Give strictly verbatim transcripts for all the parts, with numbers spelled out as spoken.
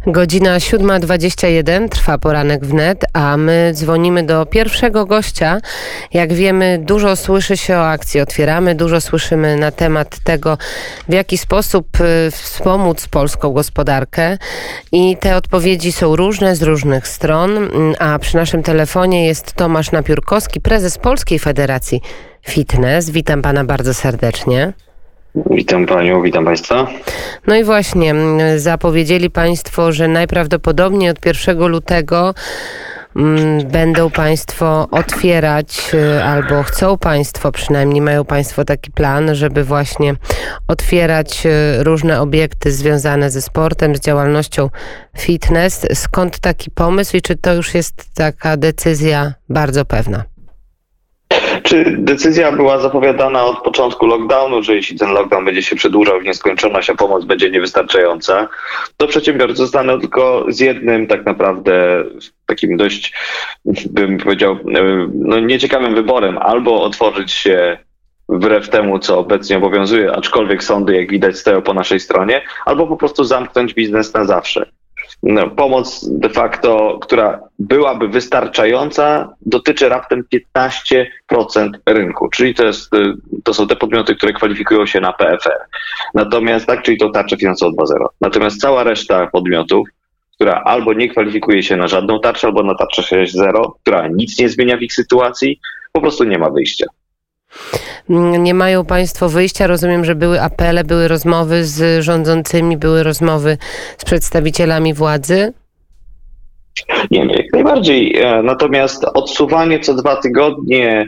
Godzina siódma dwadzieścia jeden, trwa poranek wnet, a my dzwonimy do pierwszego gościa. Jak wiemy, dużo słyszy się o akcji Otwieramy, dużo słyszymy na temat tego, w jaki sposób wspomóc polską gospodarkę i te odpowiedzi są różne, z różnych stron, a przy naszym telefonie jest Tomasz Napiórkowski, prezes Polskiej Federacji Fitness. Witam pana bardzo serdecznie. Witam panią, witam państwa. No i właśnie, zapowiedzieli państwo, że najprawdopodobniej od pierwszego lutego mm, będą państwo otwierać, albo chcą państwo, przynajmniej mają państwo taki plan, żeby właśnie otwierać różne obiekty związane ze sportem, z działalnością fitness. Skąd taki pomysł i czy to już jest taka decyzja bardzo pewna? Czy decyzja była zapowiadana od początku lockdownu, że jeśli ten lockdown będzie się przedłużał w nieskończoność, a pomoc będzie niewystarczająca, to przedsiębiorcy zostaną tylko z jednym tak naprawdę takim dość, bym powiedział, no nieciekawym wyborem. Albo otworzyć się wbrew temu, co obecnie obowiązuje, aczkolwiek sądy, jak widać, stoją po naszej stronie, albo po prostu zamknąć biznes na zawsze. No, pomoc de facto, która byłaby wystarczająca, dotyczy raptem piętnaście procent rynku, czyli to, jest, to są te podmioty, które kwalifikują się na P F R. Natomiast tak, czyli to tarczę finansową dwa zero. Natomiast cała reszta podmiotów, która albo nie kwalifikuje się na żadną tarczę, albo na tarczę sześć zero, która nic nie zmienia w ich sytuacji, po prostu nie ma wyjścia. Nie mają państwo wyjścia. Rozumiem, że były apele, były rozmowy z rządzącymi, były rozmowy z przedstawicielami władzy? Nie, nie, jak najbardziej. Natomiast odsuwanie co dwa tygodnie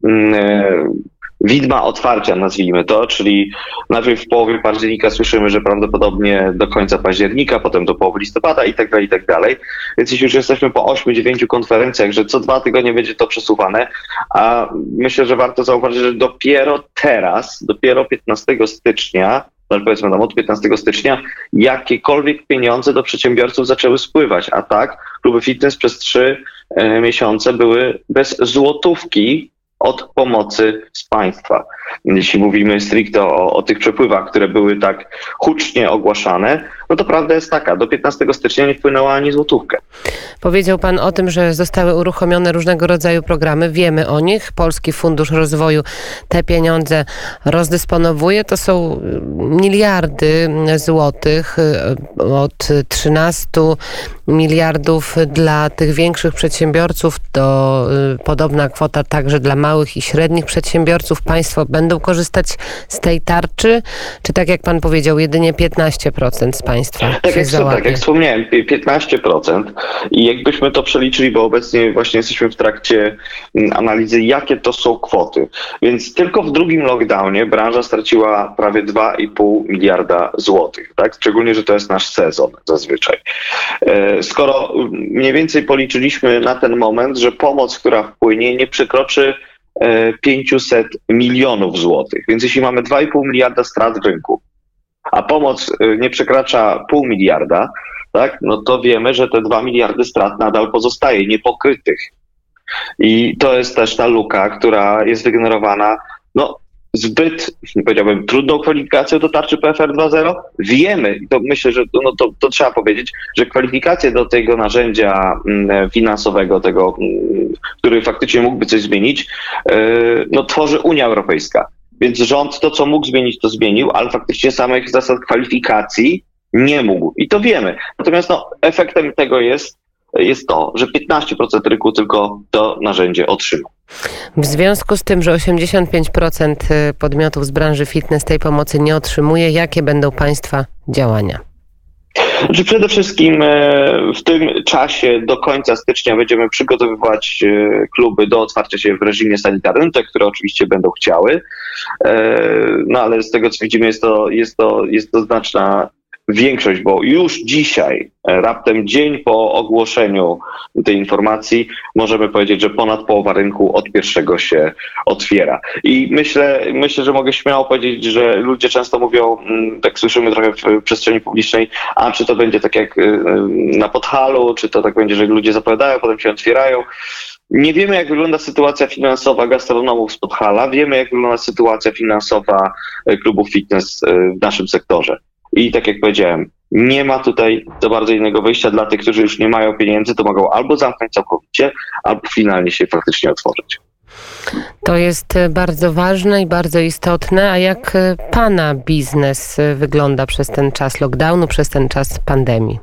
widma otwarcia, nazwijmy to, czyli najpierw w połowie października słyszymy, że prawdopodobnie do końca października, potem do połowy listopada i tak dalej, i tak dalej. Więc jeśli już jesteśmy po ośmiu, dziewięciu konferencjach, że co dwa tygodnie będzie to przesuwane, a myślę, że warto zauważyć, że dopiero teraz, dopiero piętnastego stycznia, no powiedzmy tam od piętnastego stycznia, jakiekolwiek pieniądze do przedsiębiorców zaczęły spływać, a tak kluby fitness przez trzy e, miesiące były bez złotówki od pomocy z państwa. Jeśli mówimy stricte o, o tych przepływach, które były tak hucznie ogłaszane, no to prawda jest taka, do piętnastego stycznia nie wpłynęła ani złotówkę. Powiedział pan o tym, że zostały uruchomione różnego rodzaju programy. Wiemy o nich. Polski Fundusz Rozwoju te pieniądze rozdysponowuje. To są miliardy złotych, od trzynastu miliardów dla tych większych przedsiębiorców, to podobna kwota także dla małych i średnich przedsiębiorców. Państwo będą korzystać z tej tarczy? Czy tak jak pan powiedział, jedynie piętnaście procent z państwa tak się jak, załapie? Tak jak wspomniałem, piętnaście procent. I jakbyśmy to przeliczyli, bo obecnie właśnie jesteśmy w trakcie analizy, jakie to są kwoty. Więc tylko w drugim lockdownie branża straciła prawie dwa i pół miliarda złotych. Tak? Szczególnie, że to jest nasz sezon zazwyczaj. Skoro mniej więcej policzyliśmy na ten moment, że pomoc, która wpłynie, nie przekroczy pięćset milionów złotych. Więc jeśli mamy dwa i pół miliarda strat w rynku, a pomoc nie przekracza pół miliarda, tak, no to wiemy, że te dwa miliardy strat nadal pozostaje niepokrytych. I to jest też ta luka, która jest wygenerowana no, zbyt, powiedziałbym, trudną kwalifikacją do tarczy P F R dwa zero. Wiemy, to myślę, że no, to, to trzeba powiedzieć, że kwalifikacje do tego narzędzia finansowego, tego, który faktycznie mógłby coś zmienić, no, tworzy Unia Europejska. Więc rząd to, co mógł zmienić, to zmienił, ale faktycznie samych zasad kwalifikacji nie mógł. I to wiemy. Natomiast no, efektem tego jest, jest to, że piętnaście procent rynku tylko to narzędzie otrzyma. W związku z tym, że osiemdziesiąt pięć procent podmiotów z branży fitness tej pomocy nie otrzymuje, jakie będą państwa działania? Znaczy przede wszystkim w tym czasie do końca stycznia będziemy przygotowywać kluby do otwarcia się w reżimie sanitarnym, te, które oczywiście będą chciały. No ale z tego, co widzimy, jest to, jest to, jest to znaczna większość, bo już dzisiaj, raptem dzień po ogłoszeniu tej informacji, możemy powiedzieć, że ponad połowa rynku od pierwszego się otwiera. I myślę, myślę, że mogę śmiało powiedzieć, że ludzie często mówią, tak słyszymy trochę w przestrzeni publicznej, a czy to będzie tak jak na Podhalu, czy to tak będzie, że ludzie zapowiadają, potem się otwierają. Nie wiemy, jak wygląda sytuacja finansowa gastronomów z Podhala, wiemy, jak wygląda sytuacja finansowa klubów fitness w naszym sektorze. I tak jak powiedziałem, nie ma tutaj za bardzo innego wyjścia. Dla tych, którzy już nie mają pieniędzy, to mogą albo zamknąć całkowicie, albo finalnie się faktycznie otworzyć. To jest bardzo ważne i bardzo istotne. A jak pana biznes wygląda przez ten czas lockdownu, przez ten czas pandemii?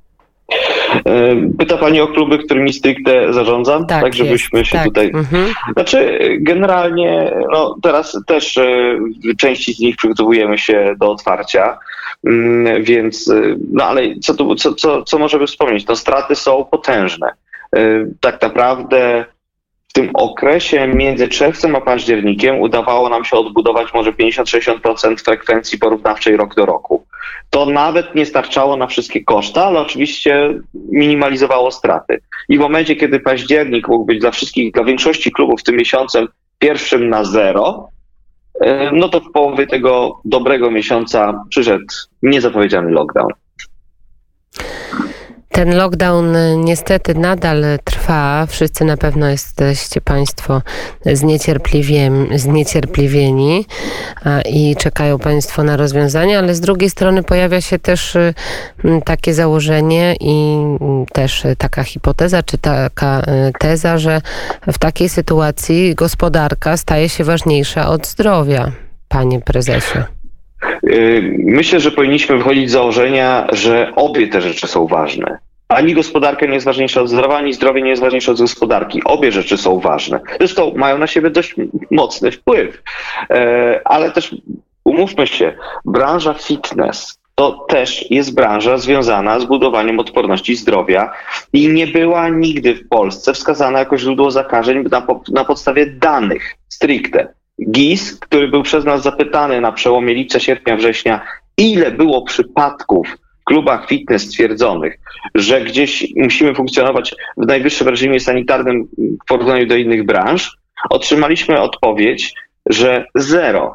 Pyta pani o kluby, którymi stricte zarządzam, tak, tak żebyśmy jest, się tak. tutaj... Mhm. Znaczy generalnie, no teraz też w części z nich przygotowujemy się do otwarcia, więc no ale co, tu, co, co, co możemy wspomnieć? No straty są potężne. Tak naprawdę w tym okresie między czerwcem a październikiem udawało nam się odbudować może pięćdziesiąt do sześćdziesięciu procent frekwencji porównawczej rok do roku. To nawet nie starczało na wszystkie koszta, ale oczywiście minimalizowało straty. I w momencie, kiedy październik mógł być dla wszystkich, dla większości klubów tym miesiącem pierwszym na zero, no to w połowie tego dobrego miesiąca przyszedł niezapowiedziany lockdown. Ten lockdown niestety nadal trwa. Wszyscy na pewno jesteście Państwo zniecierpliwieni i czekają Państwo na rozwiązania, ale z drugiej strony pojawia się też takie założenie i też taka hipoteza, czy taka teza, że w takiej sytuacji gospodarka staje się ważniejsza od zdrowia, panie prezesie. Myślę, że powinniśmy wychodzić z założenia, że obie te rzeczy są ważne. Ani gospodarka nie jest ważniejsza od zdrowia, ani zdrowie nie jest ważniejsze od gospodarki. Obie rzeczy są ważne. Zresztą mają na siebie dość mocny wpływ. Ale też umówmy się, branża fitness to też jest branża związana z budowaniem odporności zdrowia i nie była nigdy w Polsce wskazana jako źródło zakażeń na, po, na podstawie danych stricte. G I S, który był przez nas zapytany na przełomie lipca, sierpnia, września, ile było przypadków w klubach fitness stwierdzonych, że gdzieś musimy funkcjonować w najwyższym reżimie sanitarnym w porównaniu do innych branż, otrzymaliśmy odpowiedź, że zero.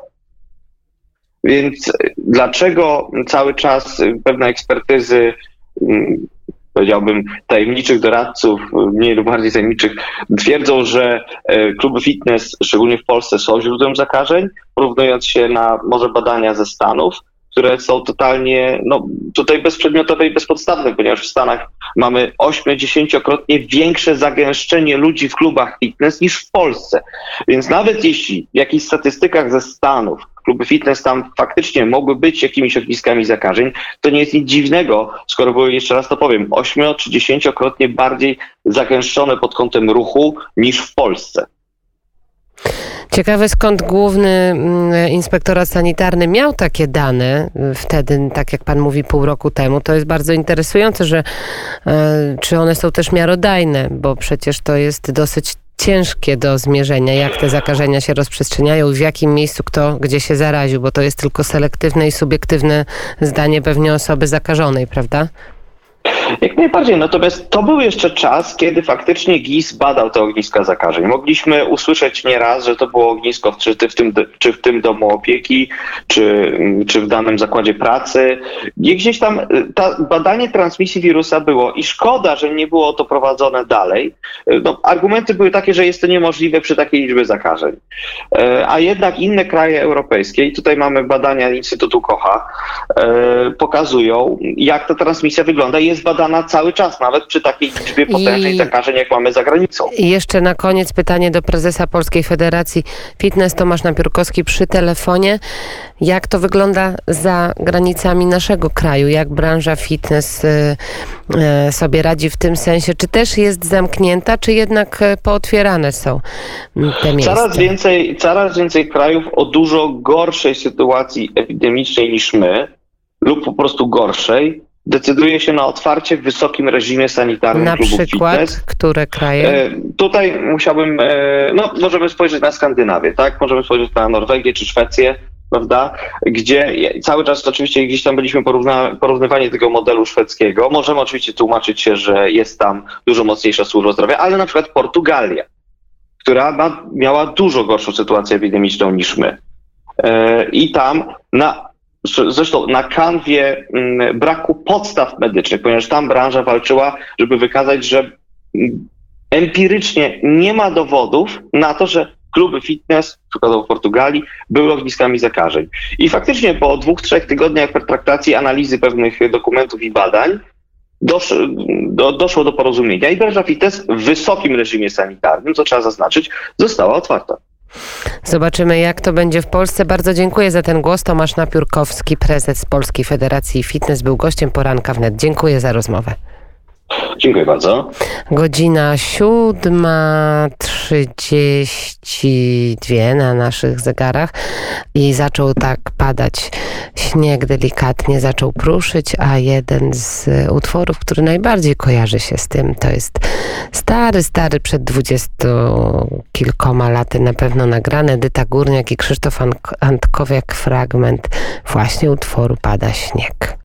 Więc dlaczego cały czas pewne ekspertyzy, powiedziałbym, tajemniczych doradców, mniej lub bardziej tajemniczych, twierdzą, że kluby fitness, szczególnie w Polsce, są źródłem zakażeń, porównując się na może badania ze Stanów, które są totalnie, no tutaj bezprzedmiotowe i bezpodstawne, ponieważ w Stanach mamy ośmio-dziesięciokrotnie większe zagęszczenie ludzi w klubach fitness niż w Polsce. Więc nawet jeśli w jakichś statystykach ze Stanów kluby fitness tam faktycznie mogły być jakimiś ogniskami zakażeń, to nie jest nic dziwnego, skoro były, jeszcze raz to powiem, ośmio- czy dziesięciokrotnie bardziej zagęszczone pod kątem ruchu niż w Polsce. Ciekawe, skąd Główny Inspektorat Sanitarny miał takie dane wtedy, tak jak pan mówi, pół roku temu. To jest bardzo interesujące, że e, czy one są też miarodajne, bo przecież to jest dosyć ciężkie do zmierzenia, jak te zakażenia się rozprzestrzeniają i w jakim miejscu kto gdzie się zaraził, bo to jest tylko selektywne i subiektywne zdanie pewnie osoby zakażonej, prawda? Jak najbardziej, natomiast to był jeszcze czas, kiedy faktycznie G I S badał te ogniska zakażeń. Mogliśmy usłyszeć nieraz, że to było ognisko czy w tym, czy w tym domu opieki, czy, czy w danym zakładzie pracy. I gdzieś tam ta badanie transmisji wirusa było i szkoda, że nie było to prowadzone dalej. No, argumenty były takie, że jest to niemożliwe przy takiej liczbie zakażeń. A jednak inne kraje europejskie, i tutaj mamy badania Instytutu Kocha, pokazują, jak ta transmisja wygląda. Jest badana cały czas, nawet przy takiej liczbie potężnej I... zakażeń, jak mamy za granicą. I jeszcze na koniec pytanie do prezesa Polskiej Federacji Fitness, Tomasz Napiórkowski przy telefonie. Jak to wygląda za granicami naszego kraju? Jak branża fitness y, y, sobie radzi w tym sensie? Czy też jest zamknięta, czy jednak pootwierane są te miejsca? Coraz więcej, coraz więcej krajów o dużo gorszej sytuacji epidemicznej niż my, lub po prostu gorszej, decyduje się na otwarcie w wysokim reżimie sanitarnym na klubów przykład, fitness. Które kraje? E, tutaj musiałbym, e, no możemy spojrzeć na Skandynawię, tak? Możemy spojrzeć na Norwegię czy Szwecję, prawda? Gdzie cały czas oczywiście gdzieś tam byliśmy porówna, porównywani tego modelu szwedzkiego. Możemy oczywiście tłumaczyć się, że jest tam dużo mocniejsza służba zdrowia, ale na przykład Portugalia, która ma, miała dużo gorszą sytuację epidemiczną niż my. E, I tam na Zresztą na kanwie m, braku podstaw medycznych, ponieważ tam branża walczyła, żeby wykazać, że m, empirycznie nie ma dowodów na to, że kluby fitness, przykładowo w Portugalii, były ogniskami zakażeń. I faktycznie po dwóch, trzech tygodniach pertraktacji, analizy pewnych dokumentów i badań dosz, do, doszło do porozumienia i branża fitness w wysokim reżimie sanitarnym, co trzeba zaznaczyć, została otwarta. Zobaczymy, jak to będzie w Polsce. Bardzo dziękuję za ten głos. Tomasz Napiórkowski, prezes Polskiej Federacji Fitness, był gościem Poranka Wnet. Dziękuję za rozmowę. Dziękuję bardzo. Godzina siódma trzydzieści dwie na naszych zegarach i zaczął tak padać śnieg delikatnie, zaczął pruszyć, a jeden z utworów, który najbardziej kojarzy się z tym, to jest stary, stary, przed dwudziestu kilkoma laty na pewno nagrany, Edyta Górniak i Krzysztof Antkowiak, fragment właśnie utworu Pada śnieg.